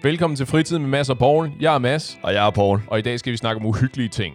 Velkommen til Fritid med Mads og Paul. Jeg er Mads. Og jeg er Paul. Og i dag skal vi snakke om uhyggelige ting.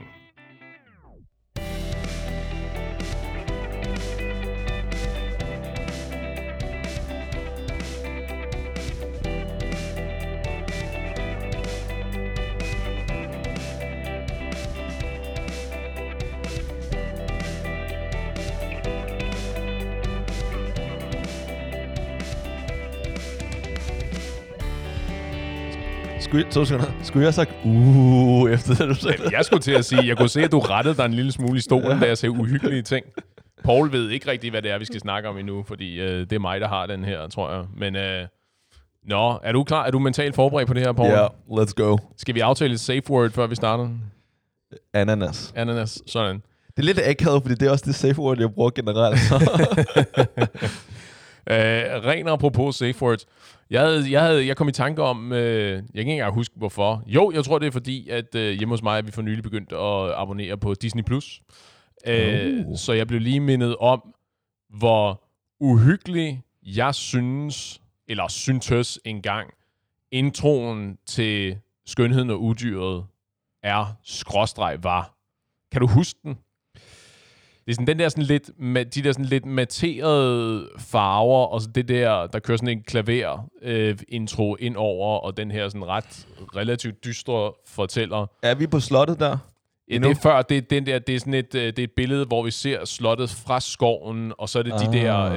Skulle jeg have sagt efter det, du sagde det? Jeg skulle til at sige, jeg kunne se, at du rettede dig en lille smule i stolen, da jeg sagde uhyggelige ting. Paul ved ikke rigtig, hvad det er, vi skal snakke om endnu, fordi det er mig, der har den her, tror jeg. Men er du klar? Er du mentalt forberedt på det her, Paul? Ja, let's go. Skal vi aftale et safe word, før vi starter? Ananas. Ananas, sådan. Det er lidt akavet, fordi det er også det safe word, jeg bruger generelt. Ren apropos safe words. Jeg kom i tanke om, jeg kan ikke engang huske hvorfor. Jo, jeg tror det er fordi, at hjemme hos mig er vi for nylig begyndt at abonnere på Disney+. Så jeg blev lige mindet om, hvor uhyggelig jeg syntes engang, introen til Skønheden og Udyret var. Kan du huske den? Det er sådan den der sådan lidt, de der sådan lidt matterede farver, og så det der kører sådan en klaver intro ind over, og den her sådan relativt dystre fortæller. Er vi på slottet der? Ja, det er før, det er sådan det er et billede, hvor vi ser slottet fra skoven, og så er det de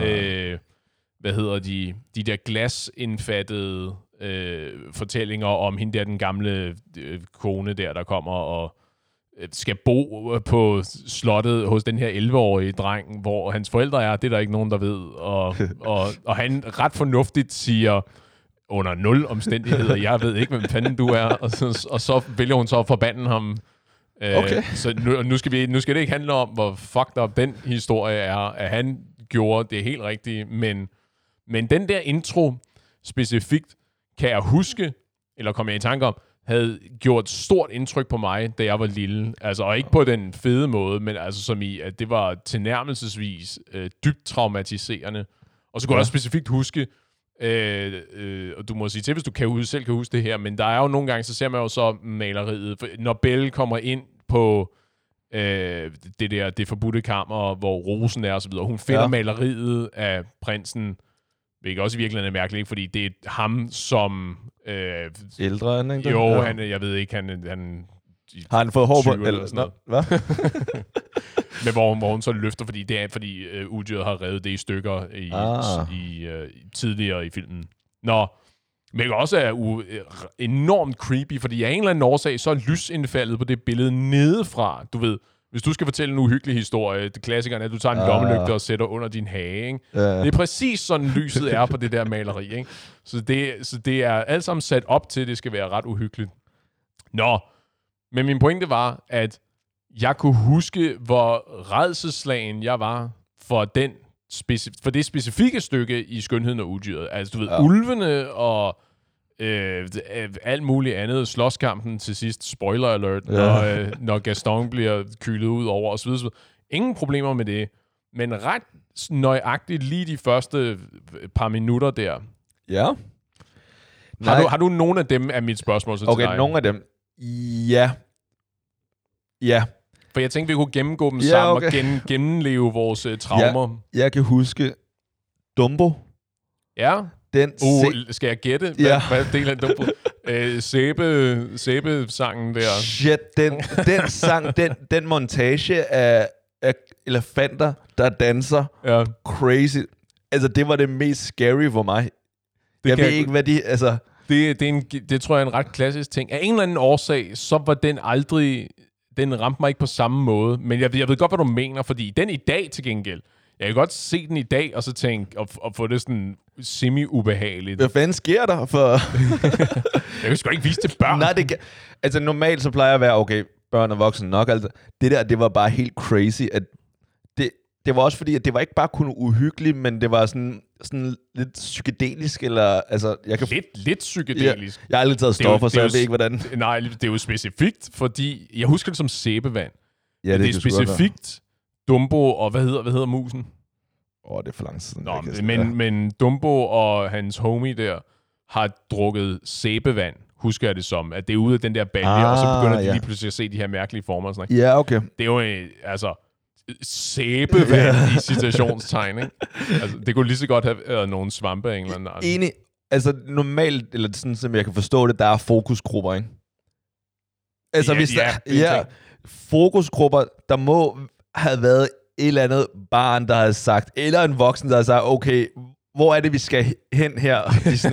der, de der glasindfattede fortællinger om hende der, den gamle kone der kommer og skal bo på slottet hos den her 11-årige dreng, hvor hans forældre er, det er der ikke nogen, der ved. Og han ret fornuftigt siger, under 0 omstændigheder, jeg ved ikke, hvem fanden du er, og så vælger hun så at forbande ham. Okay. Så nu skal det ikke handle om, hvor fucked up den historie er, at han gjorde det helt rigtigt, men den der intro specifikt, kan jeg huske, eller kommer jeg i tanke om, havde gjort stort indtryk på mig, da jeg var lille. Altså, og ikke på den fede måde, men altså som i, at det var tilnærmelsesvis dybt traumatiserende. Og så kunne jeg også specifikt huske, og du må sige til, hvis du selv kan huske det her, men der er jo nogle gange, så ser man jo så maleriet. Når Belle kommer ind på det forbudte kammer, hvor rosen er og så videre, hun finder maleriet af prinsen, hvilket også i virkeligheden er mærkeligt, fordi det er ham som ældre end, ikke? Jo, jeg ved ikke, han har han fået hår på? Eller sådan noget. Hvad? Men hvor hun så løfter, fordi Udyret har revet det i stykker tidligere i filmen. Men også er enormt creepy, fordi af en eller anden årsag, så er lysindfaldet på det billede nedefra. Du ved, hvis du skal fortælle en uhyggelig historie, det klassikeren er, at du tager en lommelygte og sætter under din hage. Ikke? Det er præcis sådan, lyset er på det der maleri. Ikke? Så det er alt sammen sat op til, at det skal være ret uhyggeligt. Men min pointe var, at jeg kunne huske, hvor rædselsslagen jeg var for det specifikke stykke i Skønheden og Udyret. Altså, du ved, ulvene og alt muligt andet. Slåskampen til sidst, spoiler alert, når Gaston bliver kylet ud over osv. Ingen problemer med det. Men ret nøjagtigt lige de første par minutter der. Ja. Har du nogen af dem af mit spørgsmål så til dig? Okay, nogle af dem. Ja. Ja. For jeg tænkte, vi kunne gennemgå dem sammen og gennemleve vores traumer. Ja, jeg kan huske Dumbo. Ja. Skal jeg gætte? Hvad del af Dumbo? Sæbe-sangen der. Shit, den sang, den montage af elefanter, der danser. Ja. Crazy. Altså, det var det mest scary for mig. Jeg ved ikke, hvad de... Altså... Det tror jeg er en ret klassisk ting. Af en eller anden årsag, så var den aldrig... Den ramte mig ikke på samme måde. Men jeg ved godt, hvad du mener, fordi den i dag til gengæld... Jeg kan godt se den i dag, og så tænke, og få det sådan semi-ubehageligt. Hvad fanden sker der for... Jeg kan sgu ikke vise til børn. Nej, altså normalt så plejer jeg at være, okay, børn og voksne nok. Altså, det var bare helt crazy. At det var også fordi, at det var ikke bare kun uhyggeligt, men det var sådan lidt psykedelisk, eller... Altså, lidt psykedelisk. Jeg har aldrig taget stoffer, så jeg ved ikke, hvordan... Nej, det er jo specifikt, fordi... Jeg husker det som sæbevand. Ja, det er specifikt Dumbo, og hvad hedder musen? Det er for lang tid. Men Dumbo og hans homie der har drukket sæbevand, husker jeg det som, at det er ude af den der balje, og så begynder de lige pludselig at se de her mærkelige former. Og sådan noget. Ja, okay. Det er jo sæbevand i citationstegn, ikke? Altså, det kunne lige så godt have været nogle svampe af en eller anden art. Enig. Altså normalt, eller sådan som jeg kan forstå det, der er fokusgrupper, ikke? Altså fokusgrupper, der må have været et eller andet barn, der havde sagt, eller en voksen, der havde sagt, okay, hvor er det, vi skal hen her, Disney?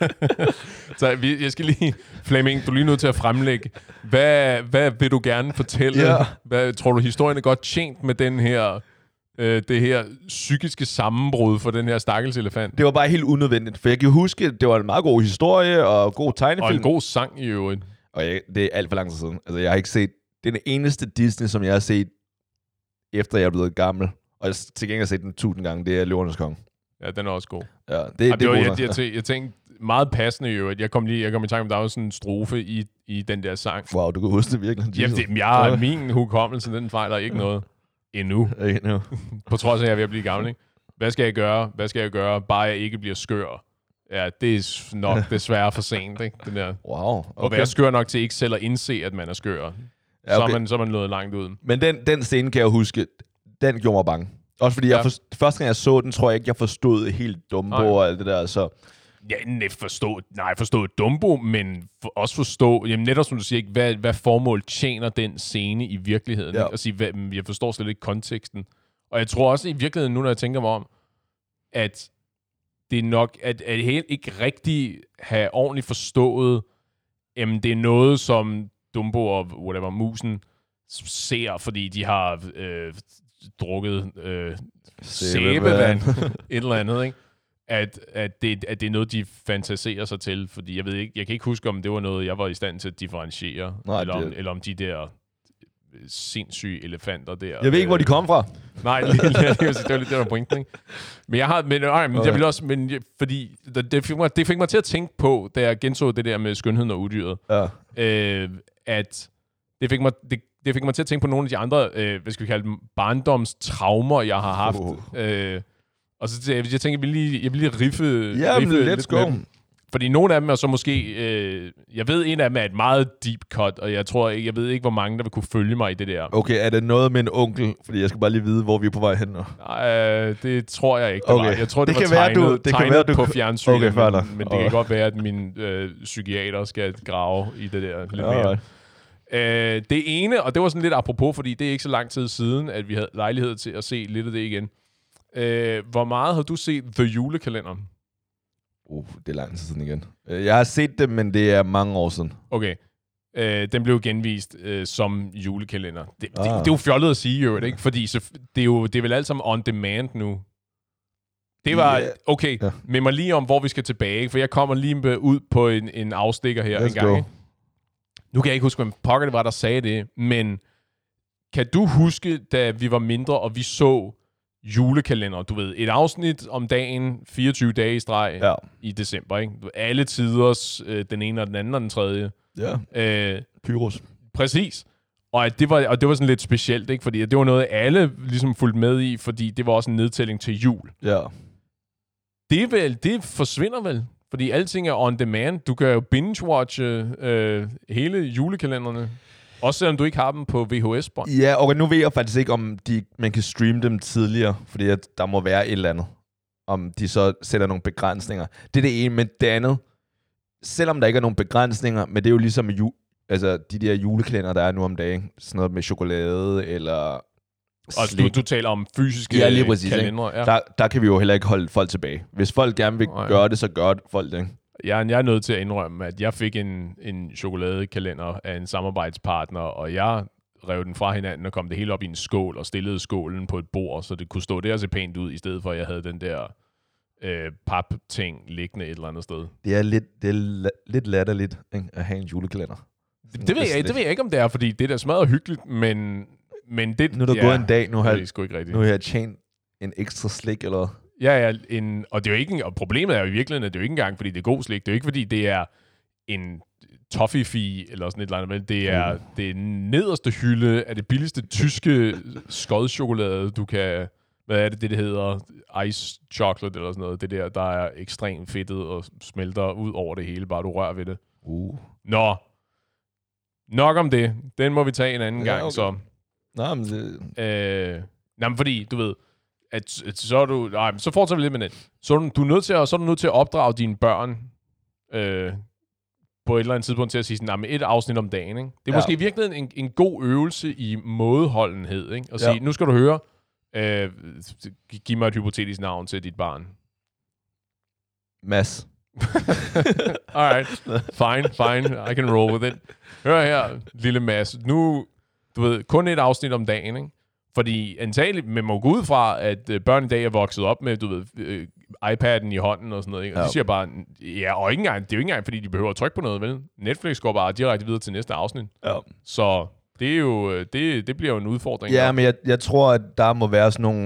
Så jeg skal lige, Flemming, du er lige nødt til at fremlægge. Hvad vil du gerne fortælle? Ja. Hvad tror du, historien er godt tjent med den her, det her psykiske sammenbrud for den her stakkels elefant? Det var bare helt unødvendigt, for jeg kan huske, det var en meget god historie og god tegnefilm. Og en god sang i øvrigt. Og det er alt for lang tid siden. Altså, jeg har ikke set... Det er den eneste Disney, som jeg har set, efter jeg er blevet gammel. Og jeg til gengæld har set den 1000 gange. Det er Løvernes Konge. Ja, den er også god. Ja, det er god. Jeg tænkte meget passende i øvrigt. Jeg kom i tanke om, der var sådan en strofe i den der sang. Wow, du kan huske det virkelig. Jamen, min hukommelse, den fejler ikke noget endnu. På trods af, at jeg er ved at blive gammel, ikke? Hvad skal jeg gøre? Bare jeg ikke bliver skør. Ja, det er nok desværre for sent, ikke? Den der. Wow, okay. Og være skør nok til ikke selv at indse, at man er skør. Ja, okay. Så er man nået langt ud. Men den scene kan jeg huske, den gjorde mig bange. Også fordi første gang jeg så den, tror jeg ikke, jeg forstod helt Dumbo og alt det der, så... Ja, forstå Dumbo, men også forstå, jamen netop som du siger, ikke, hvad formål tjener den scene i virkeligheden. Ja. Ikke? Jeg forstår slet ikke konteksten. Og jeg tror også i virkeligheden, nu når jeg tænker mig om, at det er nok, at helt ikke rigtig have ordentligt forstået, jamen det er noget, som Dumbo og whatever, musen ser, fordi de har drukket sæbevand, et eller andet, ikke? At det er noget, de fantaserer sig til, fordi jeg ved ikke, jeg kan ikke huske, om det var noget, jeg var i stand til at differentiere, eller om de der sindssyge elefanter der. Jeg ved ikke, hvor de kom fra. Nej, det var lidt det, der pointen, ikke? Men jeg har, jeg vil også, fordi det fik mig til at tænke på, da jeg genså det der med skønheden og udyret, at det fik mig til at tænke på nogle af de andre, hvad skal vi kalde dem, barndomstraumer, jeg har haft. Og så jeg tænker, jeg vil lige riffe let's go. Fordi nogle af dem er så måske... jeg ved, en af dem er et meget deep cut, og jeg ved ikke, hvor mange, der vil kunne følge mig i det der. Okay, er det noget med en onkel? Fordi jeg skal bare lige vide, hvor vi er på vej hen nu. Nej, det tror jeg ikke. Okay. Jeg tror, det var tegnet på fjernsyn. Okay, men det kan godt være, at min psykiater skal grave i det der lidt mere. Det ene, og det var sådan lidt apropos, fordi det er ikke så lang tid siden, at vi havde lejlighed til at se lidt af det igen. Hvor meget har du set The Julekalender? Det er lang tid siden igen. Jeg har set det, men det er mange år siden. Okay. Den blev genvist som julekalender. Det er jo fjollet at sige, jo, ikke? Fordi det er vel alt sammen on demand nu. Det var, okay, med mig lige om, hvor vi skal tilbage, for jeg kommer lige ud på en afstikker her en gang. Nu kan jeg ikke huske, hvem pokker det var, der sagde det, men kan du huske, da vi var mindre, og vi så julekalender, du ved, et afsnit om dagen, 24 dage i streg i december, ikke? Alle tiders, den ene og den anden og den tredje. Ja, Pyrus. Præcis. Og det var sådan lidt specielt, ikke? Fordi det var noget, alle ligesom fulgte med i, fordi det var også en nedtælling til jul. Ja. Det forsvinder vel? Fordi alting er on demand. Du kan jo binge-watche hele julekalenderne. Også selvom du ikke har dem på VHS-bånd. Ja, og nu ved jeg faktisk ikke, om man kan streame dem tidligere, fordi der må være et eller andet. Om de så sætter nogle begrænsninger. Det er det ene, men det andet, selvom der ikke er nogen begrænsninger, men det er jo ligesom altså de der julekalender, der er nu om dagen. Sådan noget med chokolade, eller slik. Og du taler om fysiske kalendere. Ja. Der kan vi jo heller ikke holde folk tilbage. Hvis folk gerne vil gøre det, så gør folk det, ikke? Jeg er nødt til at indrømme, at jeg fik en chokoladekalender af en samarbejdspartner, og jeg rev den fra hinanden og kom det hele op i en skål og stillede skålen på et bord, så det kunne stå der og se pænt ud, i stedet for at jeg havde den der pap-ting liggende et eller andet sted. Det er lidt latterligt, ikke, at have en julekalender. Det ved jeg ikke, om det er, fordi det der smadrer hyggeligt, men det... Nu er der gået en dag, nu har jeg tjent en ekstra slik, eller... Ja, og det er jo ikke, og problemet er jo i virkeligheden, at det er jo ikke engang, fordi det er god slik. Det er jo ikke, fordi det er en toffifee eller sådan et eller andet, men det er det nederste hylde af det billigste tyske skodchokolade, du kan hvad er det hedder? Ice chocolate eller sådan noget. Det der er ekstremt fedtet og smelter ud over det hele, bare du rører ved det. Nå. Nok om det. Den må vi tage en anden gang, okay. så. Nej, men det... men fordi, du ved, at så er du... Nej, så fortsætter vi lidt med det. Så er du nødt til at opdrage dine børn på et eller andet tidspunkt til at sige sådan, med et afsnit om dagen, ikke? Det er måske i virkeligheden en god øvelse i mådeholdenhed, ikke? At sige, nu skal du høre, giv mig et hypotetisk navn til dit barn. Mads. Alright, fine, I can roll with it. Hør her, lille Mads. Nu, du ved, kun et afsnit om dagen, ikke? Fordi antageligt, man må gå ud fra, at børn i dag er vokset op med, du ved, iPad'en i hånden og sådan noget, ikke? Og de siger bare, og ikke engang, det er jo ikke engang, fordi de behøver at trykke på noget, vel? Netflix går bare direkte videre til næste afsnit. Ja. Så det er jo, det bliver jo en udfordring. Ja, men jeg tror, at der må være sådan nogle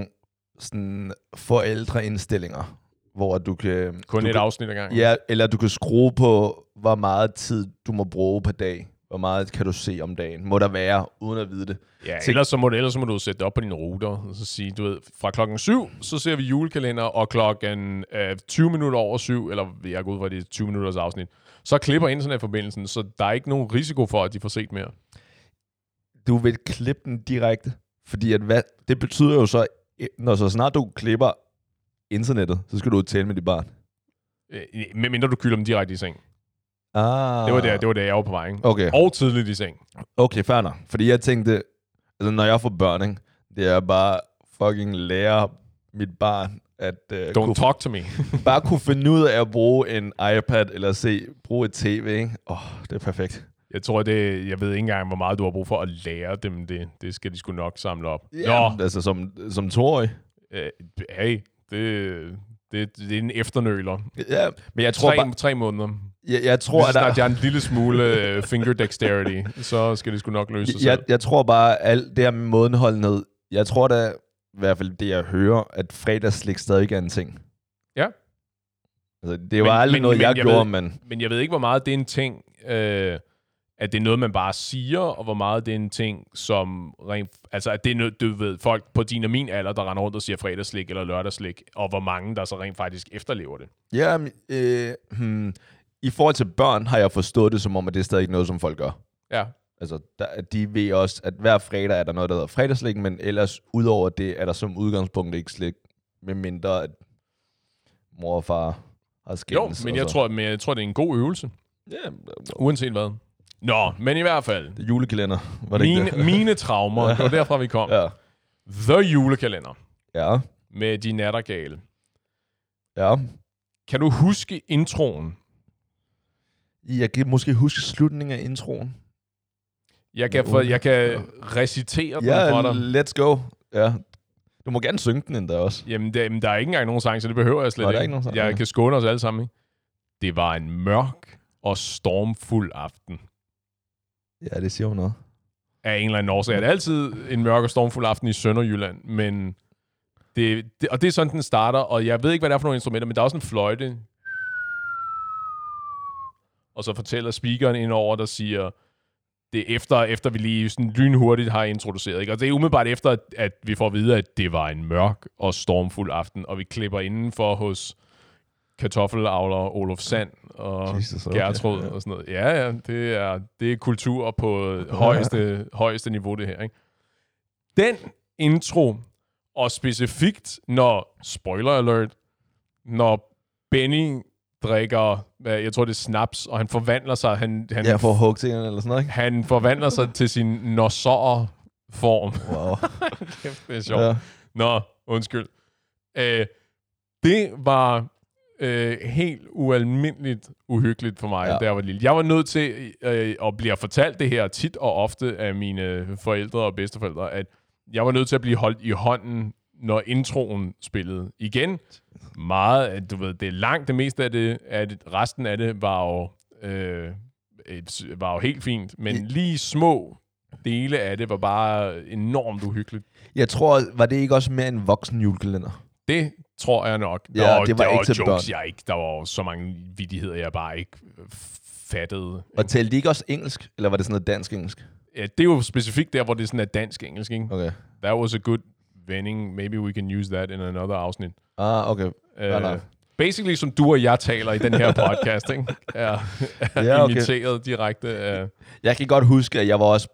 forældreindstillinger, hvor du kan... Kun et afsnit ad gangen. Ja, eller du kan skrue på, hvor meget tid du må bruge per dag. Hvor meget kan du se om dagen? Må der være, uden at vide det? Ja, ellers så må du sætte det op på dine ruter, og så sige, du ved, fra 7:00, så ser vi julekalender, og 20 minutter over 7, eller jeg går ud fra, det er 20 minutters afsnit, så klipper internetforbindelsen, så der er ikke nogen risiko for, at de får set mere. Du vil klippe den direkte, fordi det betyder jo så, når så snart du klipper internettet, så skal du tale med dit barn. Medmindre du kylder dem direkte i seng. Ah. Det var det, jeg var på vej, ikke? Okay. Og tidligt i seng. Okay, fair nok. Fordi jeg tænkte, altså når jeg får børn, ikke, det er bare fucking lære mit barn at... Don't talk to me. bare kunne finde ud af at bruge en iPad eller bruge et tv, ikke? Det er perfekt. Jeg ved ikke engang, hvor meget du har brug for at lære dem det. Det skal de sgu nok samle op. Ja, altså som 2-årig. Hey, det er en efternøler. Ja, men jeg tror 3 måneder. Jeg tror, at der er en lille smule finger dexterity, så skal det sgu nok løse sig selv. Jeg tror bare, alt det her med mådenholdenhed, jeg tror da, i hvert fald det jeg hører, at fredagsslik stadig er en ting. Ja. Altså, det var aldrig noget, jeg gjorde, men... Men jeg ved ikke, hvor meget det er en ting, at det er noget, man bare siger, og hvor meget det er en ting, som altså, at det er noget, du ved, folk på din og min alder, der render rundt og siger fredagsslik eller lørdagslik, og hvor mange, der så rent faktisk efterlever det. Ja, i forhold til børn har jeg forstået det som om, at det er stadig ikke noget, som folk gør. Ja. Altså, de ved også, at hver fredag er der noget, der hedder fredagsslik, men ellers udover det, er der som udgangspunkt ikke slik, med mindre at mor og far har skændes. Jo, men jeg tror, det er en god øvelse. Ja. Uanset hvad. Nå, men i hvert fald. Det julekalender, var det ikke det? Mine traumer, det var derfra, vi kom. Ja. The julekalender. Ja. Med De Nattergale. Ja. Kan du huske introen? Jeg kan måske huske slutningen af introen. Jeg kan recitere den for dig. Let's go. Ja. Du må gerne synge den endda også. Jamen, der er ikke engang nogen sang, så det behøver jeg slet ikke. Jeg kan skåne os alle sammen. Ikke? Det var en mørk og stormfuld aften. Ja, det siger jo noget. Af en eller anden årsag. Det er altid en mørk og stormfuld aften i Sønderjylland, men og det er sådan, den starter, og jeg ved ikke, hvad det er for nogle instrumenter, men der er også en fløjte. Og så fortæller speakeren indover, der siger, det er efter vi lige sådan lynhurtigt har introduceret. Ikke? Og det er umiddelbart efter, at vi får at vide, at det var en mørk og stormfuld aften, og vi klipper indenfor hos kartoffelavler Olof Sand og Gertrud og sådan noget. Ja, det er kultur på højeste niveau, det her. Ikke? Den intro, og specifikt når, spoiler alert, når Benny drikker, jeg tror det er snaps, og han forvandler sig, han får hugtingen eller sådan noget, ikke? Han forvandler sig til sin nosser-form. Wow. Kæft, det er sjovt. Ja. Nå, undskyld. Det var helt ualmindeligt uhyggeligt for mig, da jeg var lille. Jeg var nødt til at blive fortalt det her tit og ofte af mine forældre og bedsteforældre, at jeg var nødt til at blive holdt i hånden, når introen spillede. Igen, meget, du ved, det er langt det meste af det, resten af det var jo helt fint, men lige små dele af det var bare enormt uhyggeligt. Jeg tror, var det ikke også mere en voksen julekalender? Det tror jeg nok. Ja, det var ikke til jokes, børn. Der var så mange vittigheder, jeg bare ikke fattede. Og talte de ikke også engelsk, eller var det sådan noget dansk-engelsk? Ja, det er jo specifikt der, hvor det sådan er dansk-engelsk, ikke? Okay. That was a good vending. Maybe we can use that in another afsnit. Okay. Basically, som du og jeg taler i den her podcast, ikke? Er okay. imiteret direkte. Jeg kan godt huske, at jeg var også...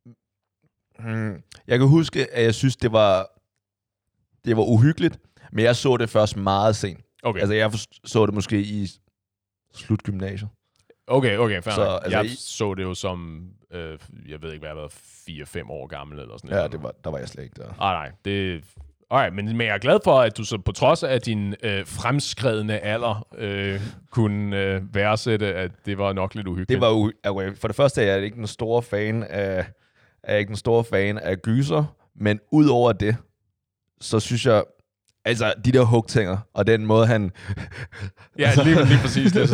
Jeg kan huske, at jeg synes, det var uhyggeligt, men jeg så det først meget sent. Okay. Altså, jeg så det måske i slutgymnasiet. Okay, fair så, nok. altså, jeg så det jo som, jeg ved ikke, hvad jeg var, 4-5 år gammel eller sådan noget. Ja, der var jeg slet ikke der. Nej, det... Alright, men jeg er glad for, at du så på trods af din fremskredne alder kunne værdsætte, at det var nok lidt uhyggeligt. Det var okay. For det første er jeg ikke en stor fan af gyser, men ud over det, så synes jeg, altså de der hugtænger, og den måde han... Ja, lige præcis. Det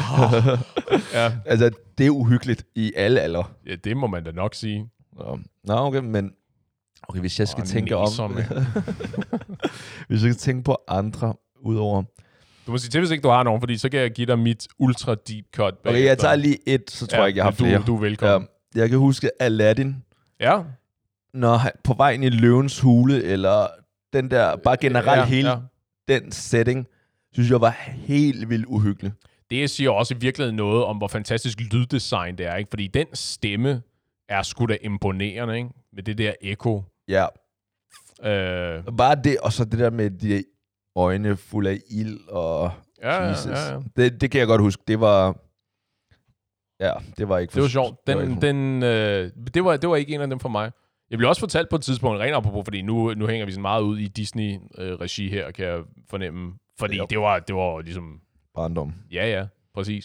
ja. Altså, det er uhyggeligt i alle aldre. Ja, det må man da nok sige. Nå, okay, men... Okay, hvis jeg skal tænke om... hvis jeg skal tænke på andre, udover... Du må sige til, hvis ikke du har nogen, fordi så kan jeg give dig mit ultra deep cut. Okay, jeg tager lige et, så tror jeg ikke, jeg har flere. Du er velkommen. Ja, jeg kan huske Aladdin. Ja. Når han på vej ind i Løvens Hule, eller den der, bare generelt den setting, synes jeg var helt vildt uhyggelig. Det siger også i virkeligheden noget om, hvor fantastisk lyddesign det er, ikke? Fordi den stemme er sgu da imponerende, ikke? Med det der echo. Ja. Bare det, og så det der med de øjne fulde af ild, og Jesus. Ja. Det kan jeg godt huske. Det var... Ja, det var ikke... Det var sjovt. Det var ikke en af dem for mig. Jeg blev også fortalt på et tidspunkt, rent apropos, fordi nu hænger vi sådan meget ud i Disney-regi her, kan jeg fornemme. Fordi det var ligesom... Barndom. Ja, præcis.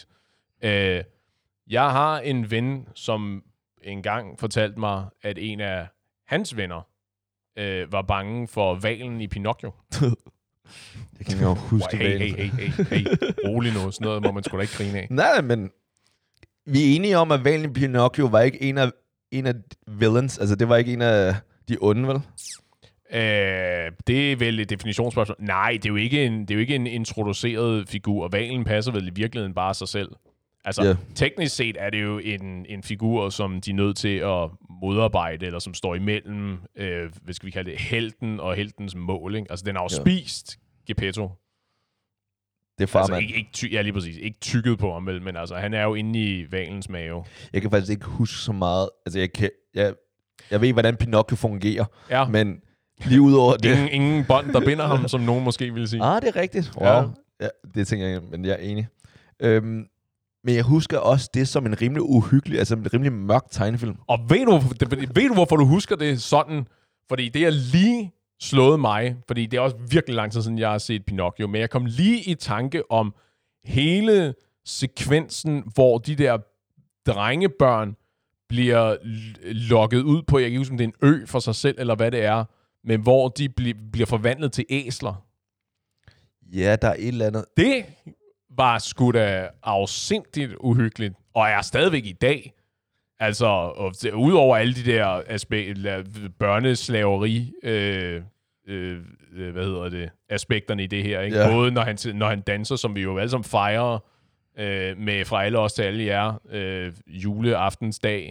Jeg har en ven, som engang fortalte mig, at en af hans venner var bange for hvalen i Pinocchio. Jeg kan ikke huske hey. Rolig nu. Sådan noget må man sgu da ikke grine af. Nej, men vi er enige om, at hvalen i Pinocchio var ikke en af villains. Altså, det var ikke en af de onde, vel? Det er vel et definitionsspørgsmål. Nej, det er jo ikke en introduceret figur, og hvalen passer vel i virkeligheden bare sig selv. Altså, teknisk set er det jo en figur, som de er nødt til at modarbejde, eller som står imellem, hvad skal vi kalde det, helten og heltens mål, ikke? Altså, den har jo spist Geppetto. Det er farmand. Altså, lige præcis. Ikke tykket på ham, men altså, han er jo inde i hvalens mave. Jeg kan faktisk ikke huske så meget. Altså, jeg ved, hvordan Pinocchio fungerer, men lige udover det... Ingen bånd, der binder ham, som nogen måske ville sige. Det er rigtigt. Wow. Ja, det tænker jeg, men jeg er enig. Men jeg husker også det som en rimelig uhyggelig, altså en rimelig mørk tegnefilm. Og ved du, hvorfor du husker det sådan? Fordi det er lige slået mig, fordi det er også virkelig lang tid siden, jeg har set Pinocchio, men jeg kom lige i tanke om hele sekvensen, hvor de der drengebørn bliver lokket ud på, jeg kan ikke huske, om det er en ø for sig selv, eller hvad det er, men hvor de bliver forvandlet til æsler. Ja, der er et eller andet. Det var sgu da afsindigt uhyggeligt, og er stadigvæk i dag. Altså, udover alle de der børneslaveri, aspekterne i det her, ikke? Ja. Både når han danser, som vi jo alle sammen fejrer, med fra alle os til alle jer, juleaftensdag.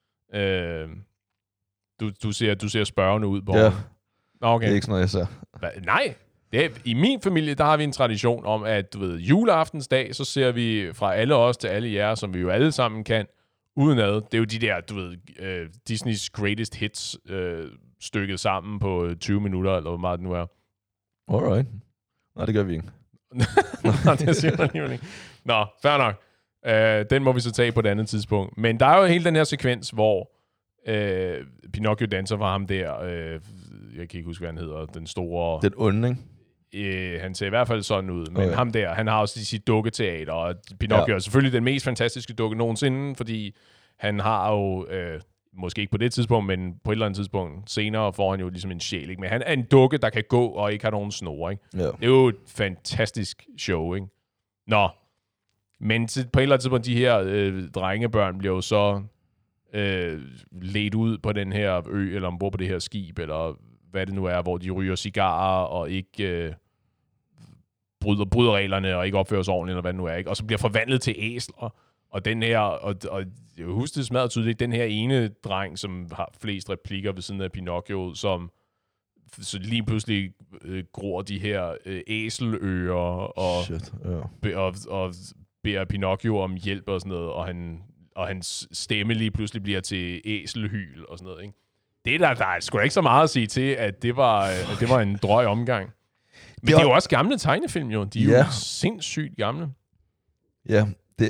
Du ser spørgende ud på ham. Okay. Det er ikke sådan noget, jeg ser. Nej. I min familie, der har vi en tradition om, at juleaftensdag, så ser vi fra alle os til alle jer, som vi jo alle sammen kan, udenad. Det er jo de der, Disneys Greatest Hits stykket sammen på 20 minutter, eller hvor meget det nu er. Alright. Nej, det gør vi ikke. Nå, det siger man alligevel ikke. Nå, fair nok. Den må vi så tage på et andet tidspunkt. Men der er jo hele den her sekvens, hvor Pinocchio danser for ham der. Jeg kan ikke huske, hvad han hedder. Den store... Den onde, ikke? Han ser i hvert fald sådan ud. Men ham der, han har også sit dukketeater. Og Pinocchio er selvfølgelig den mest fantastiske dukke nogensinde, fordi han har jo... måske ikke på det tidspunkt, men på et eller andet tidspunkt senere får han jo ligesom en sjæl, ikke? Men han er en dukke, der kan gå og ikke har nogen snore, ikke? Ja. Det er jo et fantastisk show, ikke? Nå. Men på et eller andet tidspunkt, de her drengebørn bliver jo så ledt ud på den her ø, eller ombord på det her skib, eller hvad det nu er, hvor de ryger cigarer og ikke bryder reglerne og ikke opfører sig ordentligt, eller hvad det nu er, ikke? Og så bliver forvandlet til æsler. Og den her, og jeg husker det smadret tydeligt, den her ene dreng, som har flest replikker ved siden af Pinocchio, som så lige pludselig gror de her æselører, og, Shit, og beder Pinocchio om hjælp og sådan noget, og hans stemme lige pludselig bliver til æselhyl og sådan noget, ikke? Der er sgu da ikke så meget at sige til, at det var en drøg omgang. Men det er jo også gamle tegnefilm, jo. De er jo sindssygt gamle. Ja,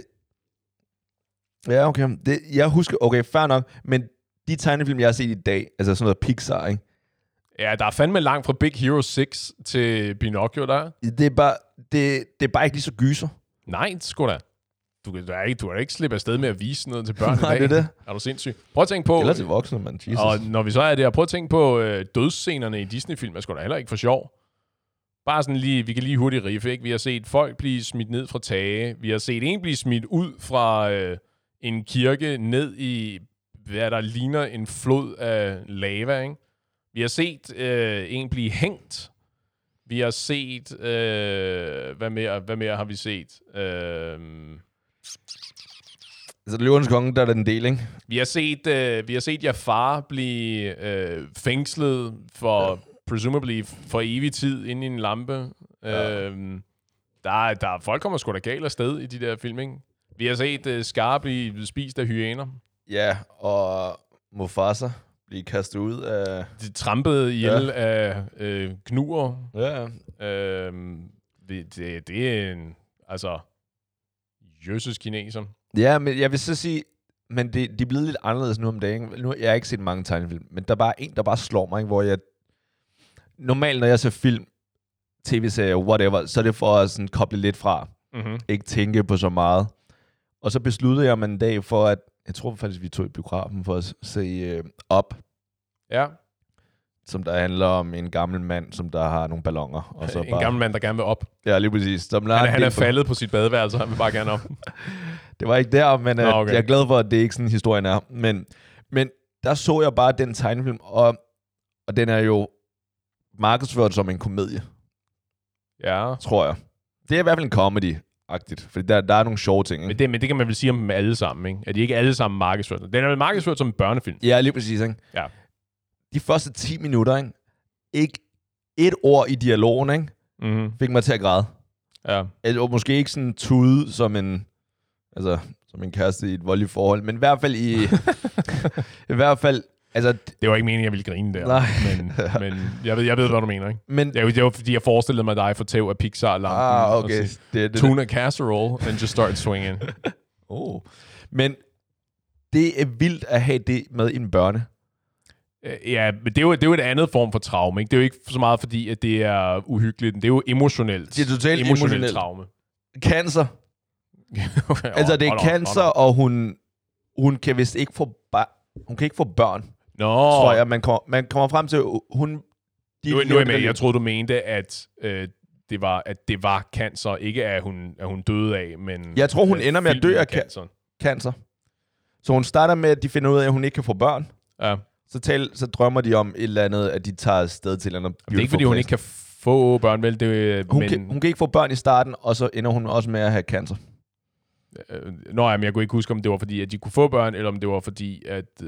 ja, okay. Jeg husker, okay, fair nok, men de tegnefilm, jeg har set i dag, altså sådan noget Pixar, ikke? Ja, der er fandme langt fra Big Hero 6 til Pinocchio, der. Det er bare ikke lige så gyser. Nej, sgu da. Du kan da ikke slippe afsted med at vise noget til børn i Nej, dag. det er det. Er du sindssyg? Prøv at tænke på... Eller til voksne, man. Jesus. Og når vi så er der, prøv at tænke på dødsscenerne i Disney-film, er sgu da heller ikke for sjov. Bare sådan lige, vi kan lige hurtigt riffe, ikke? Vi har set folk blive smidt ned fra tage. Vi har set en blive smidt ud fra en kirke ned i, hvad der ligner en flod af lava, ikke? Vi har set en blive hængt. Vi har set... Hvad mere har vi set? Altså, Løvernes Konge, der er den del, ikke? Vi har set Jafar blive fængslet for... presumably for evig tid inde i en lampe. Ja. Der folk kommer sgu da galt afsted i de der film, ikke? Vi har set Scar blive spist af hyæner. Ja, og Mufasa blive kastet ud af... De trampede ihjel af knuer. Ja. Det er en... Altså... Jøsses kineser. Ja, men jeg vil så sige... Men de er blevet lidt anderledes nu om dagen. Nu jeg har ikke set mange tegnefilm, men der er bare en, der bare slår mig, ikke? Hvor jeg... Normalt, når jeg ser film, tv-serier, whatever, så er det for at sådan koble lidt fra. Mm-hmm. Ikke tænke på så meget. Og så besluttede jeg mig en dag for, at... Jeg tror faktisk, vi tog i biografen for at se Up. Ja. Som der handler om en gammel mand, som der har nogle balloner. Og så en gammel mand, der gerne vil op. Ja, lige præcis. Han er faldet på sit badeværelse, og han vil bare gerne op. Det var ikke der, men okay. Jeg er glad for, at det ikke sådan historien er. Men der så jeg bare den tegnefilm, og den er jo markedsført som en komedie. Ja. Tror jeg. Det er i hvert fald en comedy-agtigt, fordi der er nogle sjove ting. Ikke? Men det kan man vel sige om dem alle sammen, ikke? At de ikke alle sammen markedsført. Den er vel markedsført som en børnefilm. Ja, lige præcis, ikke? Ja. De første 10 minutter, ikke et ord i dialogen, ikke? Mm-hmm. Fik mig til at græde. Ja. Eller måske ikke sådan tude som en kæreste i et voldeligt forhold, men i hvert fald i hvert fald, altså... Det var ikke meningen, jeg ville grine der. Nej. Men jeg ved, hvad du mener, ikke? Men det var fordi, jeg forestillede mig dig for tæv af Pixar-lampen. Okay. Det. Tuna casserole, and just start swinging. Men det er vildt at have det med i en børne. Ja, men det er jo et andet form for traume, ikke? Det er jo ikke så meget fordi, at det er uhyggeligt. Det er jo emotionelt. Det er totalt emotionelt traume. Cancer. Okay, altså, det er cancer, og hun kan vist ikke få hun kan ikke få børn. Tror jeg, man kommer frem til, hun... Nu er jeg med. Jeg troede, du mente, at det var cancer. Ikke at hun døde af, men... Jeg tror, hun ender med at dø af cancer. Så hun starter med, at de finder ud af, at hun ikke kan få børn. Ja. Så drømmer de om et eller andet, at de tager afsted til et eller andet. Det er ikke, fordi hun ikke kan få børn, vel? Hun kan ikke få børn i starten, og så ender hun også med at have cancer. Men jeg kunne ikke huske, om det var fordi, at de kunne få børn, eller om det var fordi, at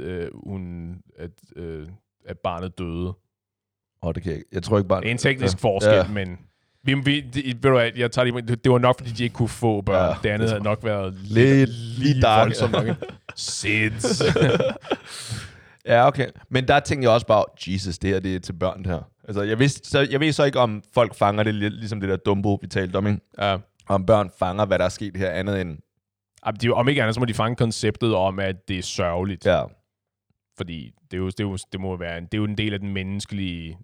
at barnet døde. Det kan jeg tror ikke, barnet... Det er en teknisk forskel, men... Ved du hvad, jeg tager det var nok, fordi de ikke kunne få børn. Det andet havde nok været lige voldsomt nok. Sinds. Ja, okay. Men der tænkte jeg også bare, Jesus, det her det er til børn, det her. Altså, jeg ved så ikke, om folk fanger det ligesom det der Dumbo, vi talte om, ikke? Ja. Om børn fanger, hvad der er sket her, andet end... Om ikke andet, så må de fange konceptet om, at det er sørgeligt. Ja. Fordi det må være det er jo en del af den menneskelige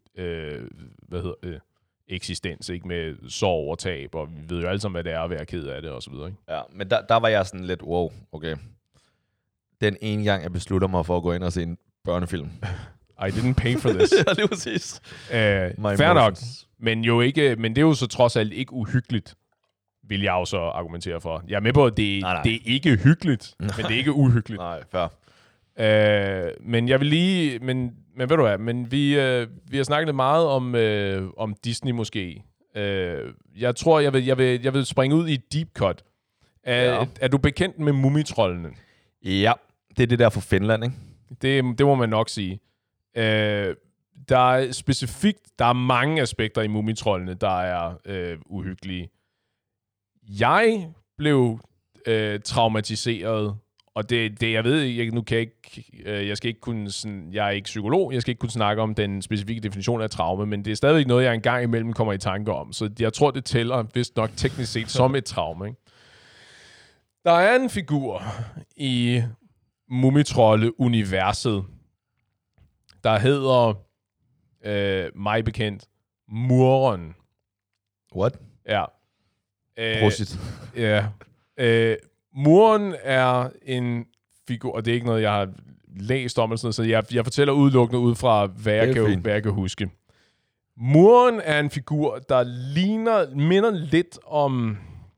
eksistens, ikke, med sorg og tab, og vi ved jo alle sammen, hvad det er at være ked af det, og så videre, ikke? Ja, men der var jeg sådan lidt, wow, okay. Den ene gang, jeg beslutter mig for at gå ind og se en børnefilm. I didn't pay for this. Ja, det er præcis. Fair nok, men det er jo så trods alt ikke uhyggeligt, vil jeg også argumentere for. Jeg er med på, at det er ikke hyggeligt, men det er ikke uhyggeligt. Nej, fair. Men jeg vil lige... Men ved du hvad? Men vi har snakket lidt meget om Disney måske. Jeg tror, jeg vil springe ud i deep cut. Er du bekendt med Mumitrollene? Ja, det er det der fra Finland, ikke? Det må man nok sige. der er specifikt, der er mange aspekter i Mumitrollene, der er uhyggelige. Jeg blev traumatiseret, og det jeg ved, jeg skal ikke kunne sådan, jeg er ikke psykolog, jeg skal ikke kunne snakke om den specifikke definition af traume, men det er stadigvæk noget, jeg engang imellem kommer i tanke om, så jeg tror, det tæller vist nok teknisk set som et traume. Ikke? Der er en figur i Mumitrolde-universet, der hedder mig bekendt Muren. What? Ja. Prosit. Ja. Muren er en figur, og det er ikke noget, jeg har læst om, eller sådan noget, så jeg fortæller udelukkende ud fra, hvad jeg kan huske. Muren er en figur, der minder lidt om...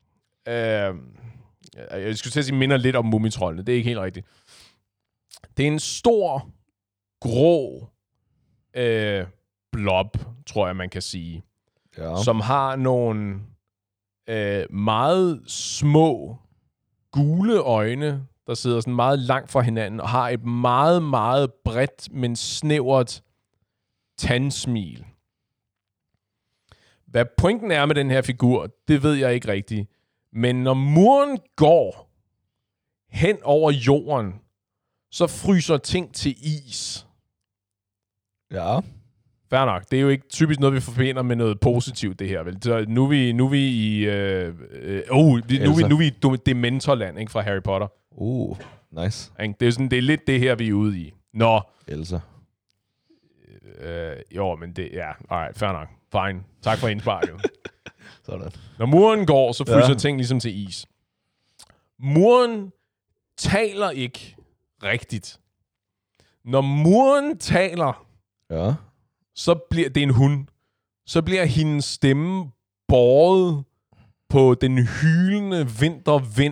jeg skulle sige, minder lidt om Mumitrollene. Det er ikke helt rigtigt. Det er en stor, grå blob, tror jeg, man kan sige. Ja. Som har nogle meget små, gule øjne, der sidder sådan meget langt fra hinanden, og har et meget, meget bredt, men snævert tandsmil. Hvad pointen er med den her figur, det ved jeg ikke rigtigt. Men når muren går hen over jorden, så fryser ting til is. Ja. Fair nok. Det er jo ikke typisk noget, vi forbinder med noget positivt, det her. Vel? Så nu er vi i... nu er vi i Dementorland, ikke, fra Harry Potter. Nice. Det er lidt det her, vi er ude i. Nå. Elsa. Jo, men det... Ja, alright, fair nok. Fine. Tak for indsparket. Sådan. Når muren går, så fryser ting ligesom til is. Muren taler ikke rigtigt. Når muren taler, så bliver det en hund. Så bliver hendes stemme båret på den hylende vintervind.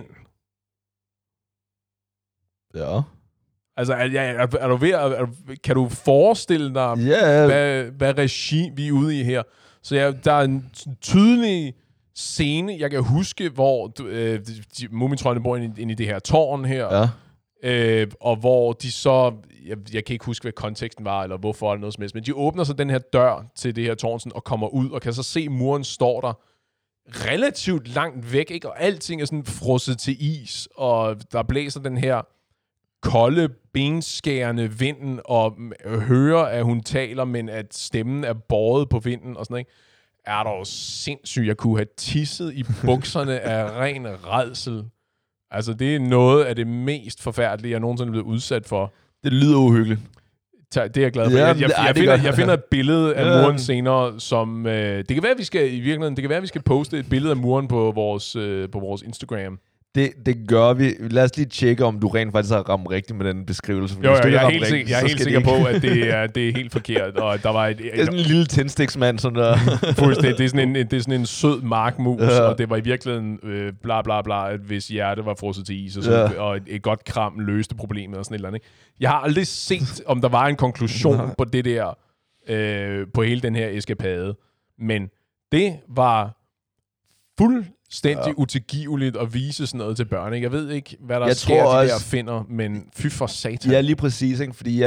Ja. Altså, er du ved kan du forestille dig, hvad regi vi er ude i her? Så der er en tydelig scene, jeg kan huske, hvor Mumitrollene bor inde i det her tårn her. Ja. Og hvor de så... Jeg kan ikke huske, hvad konteksten var, eller hvorfor, eller noget som helst. Men de åbner så den her dør til det her tårn, sådan, og kommer ud, og kan så se, muren står der relativt langt væk, ikke? Og alting er sådan frosset til is, og der blæser den her kolde, benskærende vinden, og hører, at hun taler, men at stemmen er båret på vinden, og sådan, ikke? Er der jo sindssygt, jeg kunne have tisset i bukserne af ren rædsel. Altså, det er noget af det mest forfærdelige, jeg nogensinde er blevet udsat for. Det lyder uhyggeligt. Det er jeg glad for. Jeg finder et billede af muren senere, som... det kan være, vi skal poste et billede af muren på vores Instagram. Det gør vi. Lad os lige tjekke, om du rent faktisk har ramt rigtigt med den beskrivelse. Jeg er helt sikker på, at det er helt forkert. Og der var det er sådan en lille tændstiksmand, sådan der. Det er sådan en sød markmus, og det var i virkeligheden bla bla bla, at hvis hjerte var frosset til is, og et godt kram løste problemet og sådan et eller andet. Ikke? Jeg har aldrig set, om der var en konklusion på det der, på hele den her eskapade. Men det var fuldstændig utilgiveligt at vise sådan noget til børn. Ikke? Jeg ved ikke, hvad der sker, de der finder, men fy for satan. Ja, lige præcis, ikke? Fordi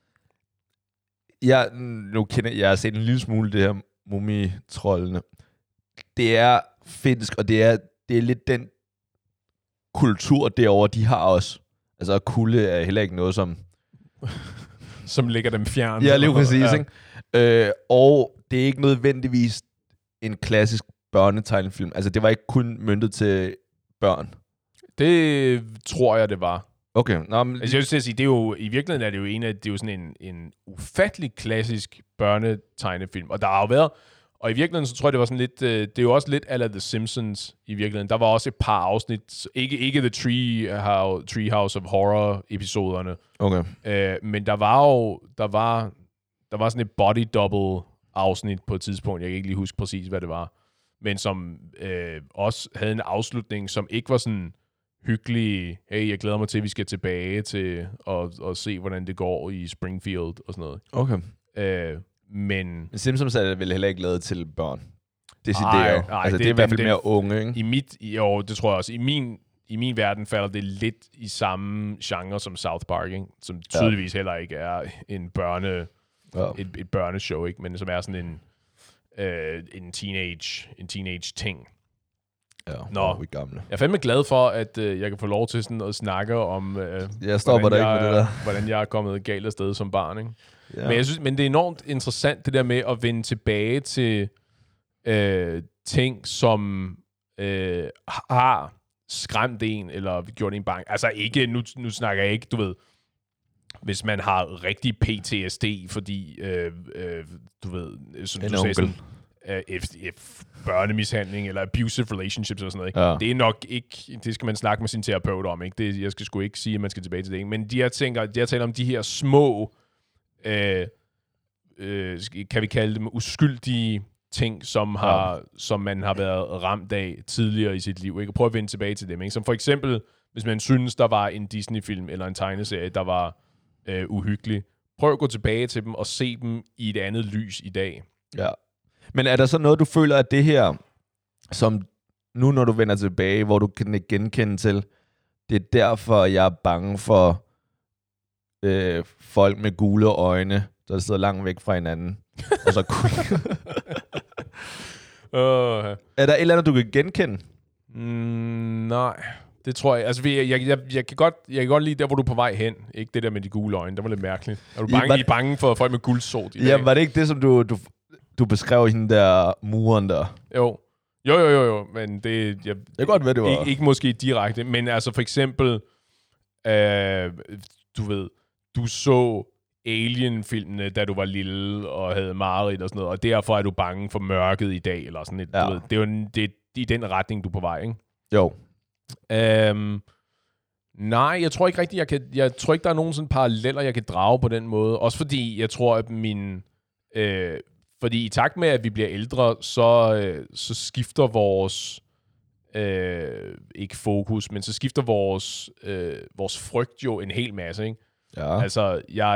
jeg har set en lille smule det her Mumitrollene. Det er finsk, og det er lidt den kultur derovre, de har også. Altså, kulde er heller ikke noget, som ligger dem fjern. Ja, lige præcis, ikke? Og det er ikke nødvendigvis en klassisk børnetegnefilm. Altså, det var ikke kun møntet til børn. Det tror jeg, det var. Okay. Altså, jeg vil sige, det er jo, i virkeligheden er det jo det er jo sådan en ufattelig klassisk børnetegnefilm. Og der har jo været, og i virkeligheden så tror jeg, det var sådan lidt, det er jo også lidt a la The Simpsons i virkeligheden. Der var også et par afsnit, ikke The Treehouse of Horror episoderne. Okay. Men der var sådan et body double afsnit på et tidspunkt. Jeg kan ikke lige huske præcis, hvad det var. Men som også havde en afslutning, som ikke var sådan hyggelig. Hey, jeg glæder mig til, at vi skal tilbage til at se, hvordan det går i Springfield og sådan noget. Okay. Men Simpsons er vel heller ikke lavet til børn. Nej, altså, det er i hvert fald mere unge, ikke? Det tror jeg også. I min verden falder det lidt i samme genre som South Park, ikke? Som tydeligvis heller ikke er en et børneshow, ikke? Men som er sådan en teenage ting. Ja, Nå, vi gamle. jeg er fandme glad for, at jeg kan få lov til sådan at snakke om, hvordan jeg er kommet galt af sted som barn, ikke? Ja. Men det er enormt interessant, det der med at vende tilbage til ting, som har skræmt en, eller gjort en bange. Altså ikke, nu snakker jeg ikke, du ved, hvis man har rigtig PTSD, fordi, du ved, som en du onkel. sagde, sådan, børnemishandling, eller abusive relationships, og sådan noget. Ikke? Ja. Det er nok ikke, det skal man snakke med sin terapeut om, ikke? Jeg skal sgu ikke sige, at man skal tilbage til det, ikke? Men jeg taler om de her små, kan vi kalde dem uskyldige ting, som man har været ramt af tidligere i sit liv, ikke? Og prøv at vende tilbage til dem, ikke? Som for eksempel, hvis man synes, der var en Disney-film eller en tegneserie, der var uhyggelig, prøv at gå tilbage til dem og se dem i et andet lys i dag. Ja. Men er der så noget, du føler, at det her, som nu når du vender tilbage, hvor du kan genkende til, det er derfor, jeg er bange for folk med gule øjne, der sidder langt væk fra hinanden. Og så Er der et eller andet, du kan genkende? Nej, det tror jeg. Altså, jeg kan godt lide der, hvor du er på vej hen. Ikke det der med de gule øjne. Det var lidt mærkeligt. Er du bange for folk med guldsot i dag? Ja, var det ikke det, som du beskrev hende der muren der? Jo, men det... Jeg kan godt ved, det var... Ikke måske direkte, men altså for eksempel, du ved, du så Alien-filmene, da du var lille og havde mareridt og sådan noget, og derfor er du bange for mørket i dag, eller sådan et, du ved, det er jo det er i den retning, du er på vej, ikke? Jo. Nej, jeg tror ikke rigtigt, jeg tror ikke, der er nogen sådan paralleller, jeg kan drage på den måde. Også fordi, jeg tror, at fordi i takt med, at vi bliver ældre, så skifter vores ikke fokus, men så skifter vores frygt jo en hel masse, ikke? Ja. Altså, jeg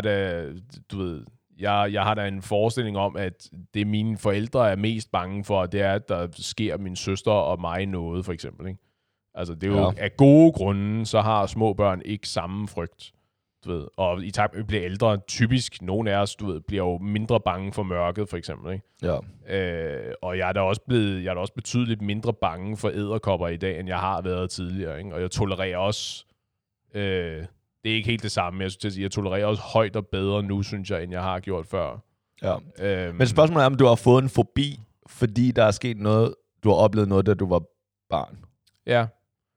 har da en forestilling om, at det mine forældre er mest bange for, det er, at der sker min søster og mig noget, for eksempel, ikke? Altså, det er jo af gode grunde, så har små børn ikke samme frygt, du ved. Og i takt med, at vi bliver ældre, typisk, nogle af os, du ved, bliver jo mindre bange for mørket, for eksempel, ikke? Ja. Og jeg er da også betydeligt mindre bange for edderkopper i dag, end jeg har været tidligere, ikke? Og jeg tolererer også... det er ikke helt det samme. Jeg tolererer også højt og bedre nu, synes jeg, end jeg har gjort før. Ja. Men spørgsmålet er, om du har fået en fobi, fordi der er sket noget, du har oplevet noget, da du var barn. Ja.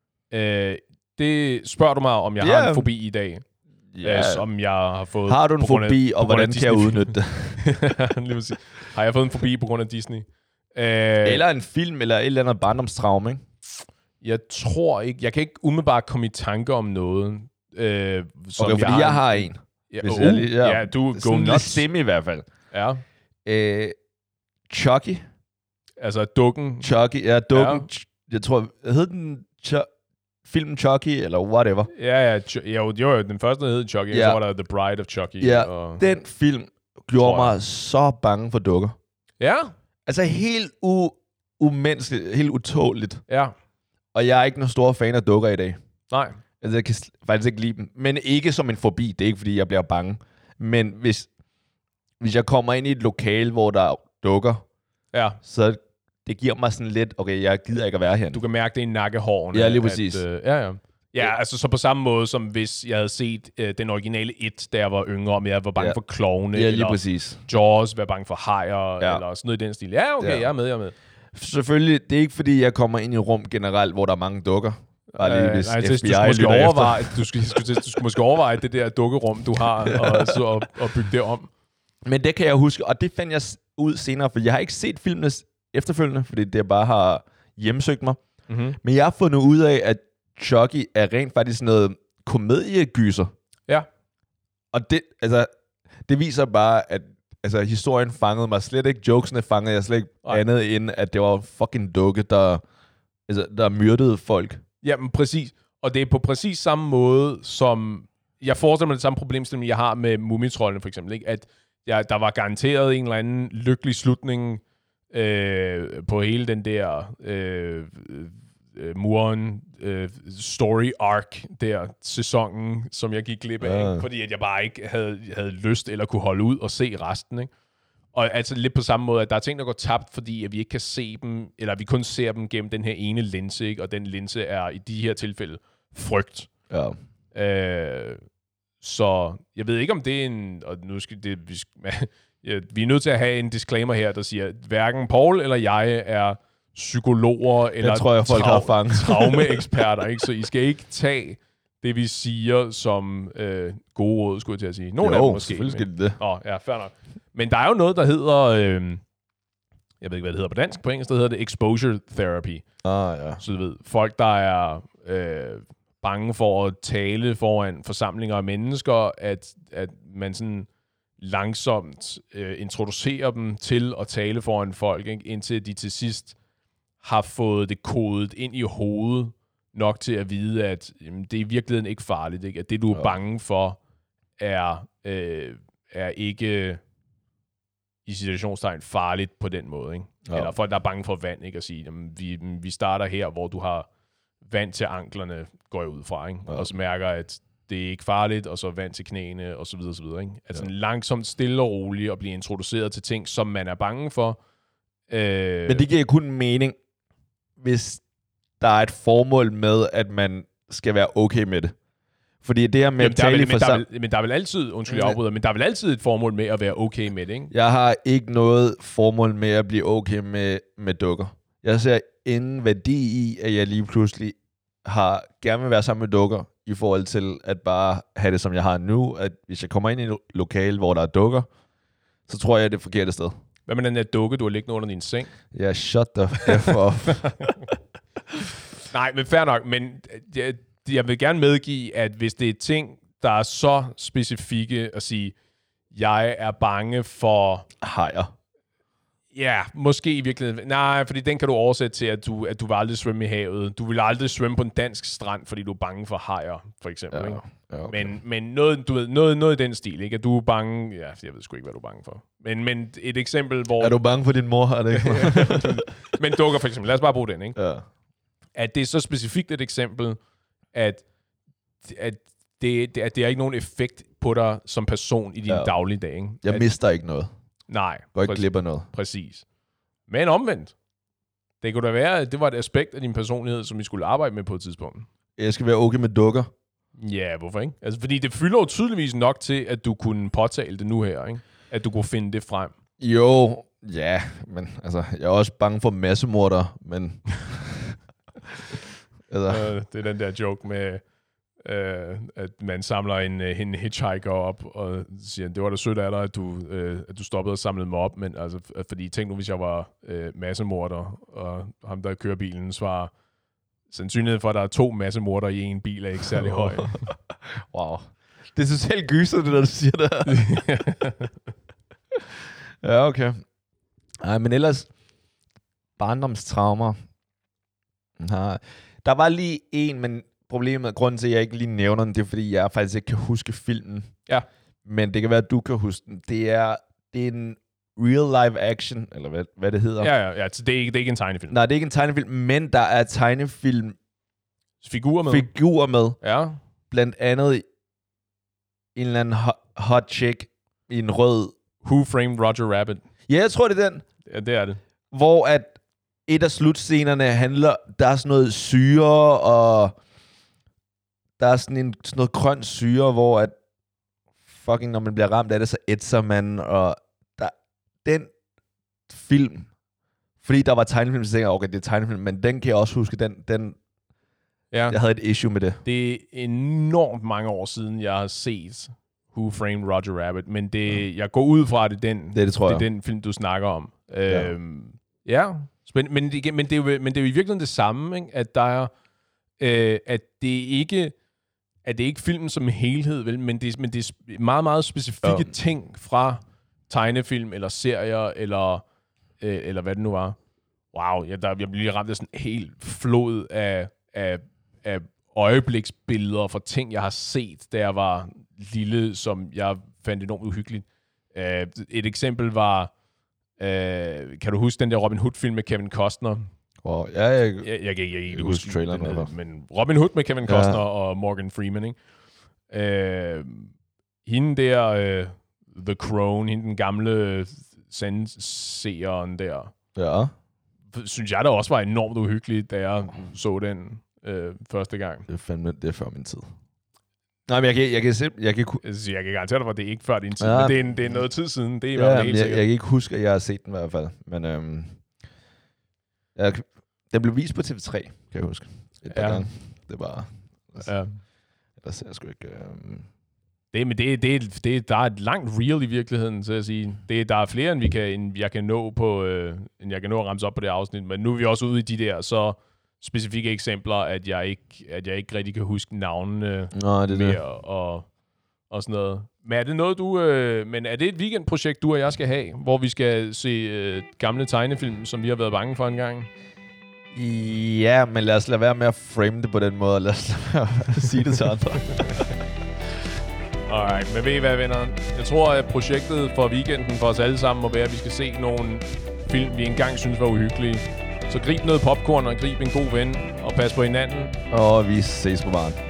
Det spørger du mig, om jeg har en fobi i dag. Som jeg har fået... Har du en fobi, og hvordan kan jeg udnytte det? Har jeg fået en fobi på grund af Disney? Eller en film, eller et eller andet barndomstraume, ikke? Jeg tror ikke... Jeg kan ikke umiddelbart komme i tanke om noget. Fordi jeg har en. Ja, du go nuts. Stemme i hvert fald. Ja. Chucky. Altså dukken. Chucky, ja, dukken. Ja. Jeg tror, hed den filmen Chucky, eller whatever. Ja, jo, den første hed Chucky, så var der The Bride of Chucky. Ja, og den film gjorde mig så bange for dukker. Ja. Altså helt umenneskeligt, helt utåligt. Ja. Og jeg er ikke nogen stor fan af dukker i dag. Nej. Altså, jeg kan faktisk ikke lide dem. Men ikke som en fobi. Det er ikke, fordi jeg bliver bange. Men hvis jeg kommer ind i et lokale, hvor der dukker, så det giver mig sådan lidt, okay, jeg gider ikke at være her. Du kan mærke det i nakkehårene. Ja, lige præcis. Ja, altså så på samme måde, som hvis jeg havde set den originale It, da jeg var yngre, om jeg var bange for klovne, ja, lige præcis. Jaws, var bange for hajer, eller sådan noget i den stil. Ja, okay, jeg er med. Selvfølgelig, det er ikke, fordi jeg kommer ind i rum generelt, hvor der er mange dukker. Du skulle måske overveje det der dukkerum, du har, og bygge det om. Men det kan jeg huske, og det fandt jeg ud senere, for jeg har ikke set filmene efterfølgende, fordi det bare har hjemsøgt mig. Mm-hmm. Men jeg har fundet ud af, at Chucky er rent faktisk noget komediegyser. Ja. Og det viser bare, at historien fangede mig slet ikke. Jokesene fangede jeg slet ikke andet end, at det var fucking dukke, der myrdede folk. Jamen præcis. Og det er på præcis samme måde, som... Jeg forestiller mig det samme problemstilling, jeg har med Mumitrollene for eksempel. Ikke? At der var garanteret en eller anden lykkelig slutning på hele den der muren story arc der, sæsonen, som jeg gik glip af, ikke? Fordi at jeg bare ikke havde lyst eller kunne holde ud og se resten, ikke? Og altså lidt på samme måde, at der er ting, der går tabt, fordi at vi ikke kan se dem, eller vi kun ser dem gennem den her ene linse, ikke? Og den linse er i de her tilfælde frygt. Ja. Så jeg ved ikke, om det er en... Og nu skal det, vi er nødt til at have en disclaimer her, der siger, at hverken Paul eller jeg er psykologer eller tror jeg, folk har fanget. traumeeksperter, ikke? Så I skal ikke tage det, vi siger, som gode råd, skulle jeg til at sige. Nogle af dem måske. Selvfølgelig skal det. Ja, fair nok. Men der er jo noget, der hedder... jeg ved ikke, hvad det hedder på dansk. På engelsk, der hedder det exposure therapy. Ja. Så du ved, folk, der er bange for at tale foran forsamlinger af mennesker, at man sådan langsomt introducerer dem til at tale foran folk, ikke? Indtil de til sidst har fået det kodet ind i hovedet nok til at vide, at det er i virkeligheden ikke farligt, ikke? At det, du er bange for, er ikke i situationstegn farligt på den måde, ikke? Ja. Eller folk, der er bange for vand, ikke? At sige, jamen, vi starter her, hvor du har vand til anklerne, går jeg ud fra, ikke? Ja. Og så mærker, at det er ikke farligt, og så vand til knæene, og så videre, så videre, ikke? Altså langsomt, stille og roligt, og blive introduceret til ting, som man er bange for. Men det giver kun mening, hvis der er et formål med, at man skal være okay med det. Fordi det her med at tale men der er vel altid, undskyld, jeg afbryder, men der er vel altid et formål med at være okay med det, ikke? Jeg har ikke noget formål med at blive okay med dukker. Jeg ser ingen værdi i, at jeg lige pludselig gerne vil være sammen med dukker, i forhold til at bare have det, som jeg har nu, at hvis jeg kommer ind i et lokale, hvor der er dukker, så tror jeg, at det er det forkerte sted. Hvad med den der dukke, du har liggende under din seng? Ja, shut the f off. Nej, men fair nok, men jeg vil gerne medgive, at hvis det er ting, der er så specifikke at sige, jeg er bange for... Hajer. Ja, måske i virkeligheden. Nej, fordi den kan du oversætte til, at du vil aldrig svømme i havet. Du vil aldrig svømme på en dansk strand, fordi du er bange for hajer, for eksempel. Ikke? Ja, okay. Men noget, du ved, noget i den stil, ikke? At du er bange... Ja, jeg ved sgu ikke, hvad du er bange for. Men et eksempel, hvor... Er du bange for din mor, har det ikke? Men dukker for eksempel. Lad os bare bruge den, ikke? Ja. At det er så specifikt et eksempel, at det er ikke nogen effekt på dig som person i din dagligdag, ikke? Jeg mister ikke noget. Nej. Går ikke glip af noget. Præcis. Men omvendt. Det kunne da være, at det var et aspekt af din personlighed, som vi skulle arbejde med på et tidspunkt. Jeg skal være okay med dukker. Ja, hvorfor ikke? Altså, fordi det fylder jo tydeligvis nok til, at du kunne påtale det nu her, ikke? At du kunne finde det frem. Jo, ja, men altså, jeg er også bange for massemorder, men... altså. Det er den der joke med... at man samler en hitchhiker op og siger, det var da sødt af dig, at du stoppede og samlede mig op, men altså, fordi tænk nu, hvis jeg var massemorder, og ham, der kører bilen, svarer, sandsynligheden for, at der er 2 massemorder i en bil, er ikke særlig høj. Wow. Det er totalt gyset, det der, du siger der. Ja, okay. Nej, men ellers, barndomstraumer. Der var lige en, men problemet, grunden til, at jeg ikke lige nævner den, det er, fordi jeg faktisk ikke kan huske filmen. Ja. Men det kan være, at du kan huske den. Det er en real live action, eller hvad det hedder. Ja, så det er ikke en tegnefilm. Nej, det er ikke en tegnefilm, men der er tegnefilm figurer med. Ja. Blandt andet en eller anden hot chick i en rød... Who Framed Roger Rabbit? Ja, jeg tror, det er den. Ja, det er det. Hvor at et af slutscenerne handler... Der er sådan noget syre, og... Der er sådan noget grøn syre, hvor at... Fucking, når man bliver ramt af det, så ætser man, og... Den film... Fordi der var tegnefilm, så tænkte jeg, okay, det er tegnefilm, men den kan jeg også huske, den ja. Jeg havde et issue med det. Det er enormt mange år siden, jeg har set Who Framed Roger Rabbit, men jeg går ud fra, at det er den film, du snakker om. Ja. Men det er jo i virkeligheden det samme, ikke? At der er, at det er ikke filmen som helhed, vel? Men det er meget, meget specifikke ting fra tegnefilm, eller serier, eller hvad det nu var. Wow, jeg bliver lige ramt af sådan en helt flod af øjebliksbilleder fra ting, jeg har set, da jeg var lille, som jeg fandt enormt uhyggeligt. Et eksempel var, kan du huske den der Robin Hood-film med Kevin Costner? Wow. Jeg kan ikke huske traileren, men Robin Hood med Kevin Costner og Morgan Freeman, ikke? Hende der, The Crown, hende den gamle sandseeren der, synes jeg da også var enormt uhyggeligt, da jeg så den første gang. Det er før min tid. Nej, men jeg kan garantere dig, at det er ikke før din tid, men det er noget tid siden. Det er helt sikkert. Jeg kan ikke huske, at jeg har set den i hvert fald. Men den blev vist på TV3, kan jeg huske. Et par gange. Det var... Der ser jeg sgu ikke... Der er et langt reel i virkeligheden, så at sige. Der er flere, end jeg kan nå at ramse op på det afsnit, men nu er vi også ude i de der så specifikke eksempler, at jeg ikke rigtig kan huske navnene mere og sådan noget. Men er det noget, men er det et weekendprojekt, du og jeg skal have, hvor vi skal se gamle tegnefilm, som vi har været bange for en gang? Ja, men lad os lade være med at frame det på den måde, lad os lade være at sige det til andre. Alright, men ved I hvad, venner? Jeg tror, at projektet for weekenden for os alle sammen må være, at vi skal se nogle film, vi engang synes var uhyggelige. Så grib noget popcorn og grib en god ven og pas på hinanden. Og vi ses på baren.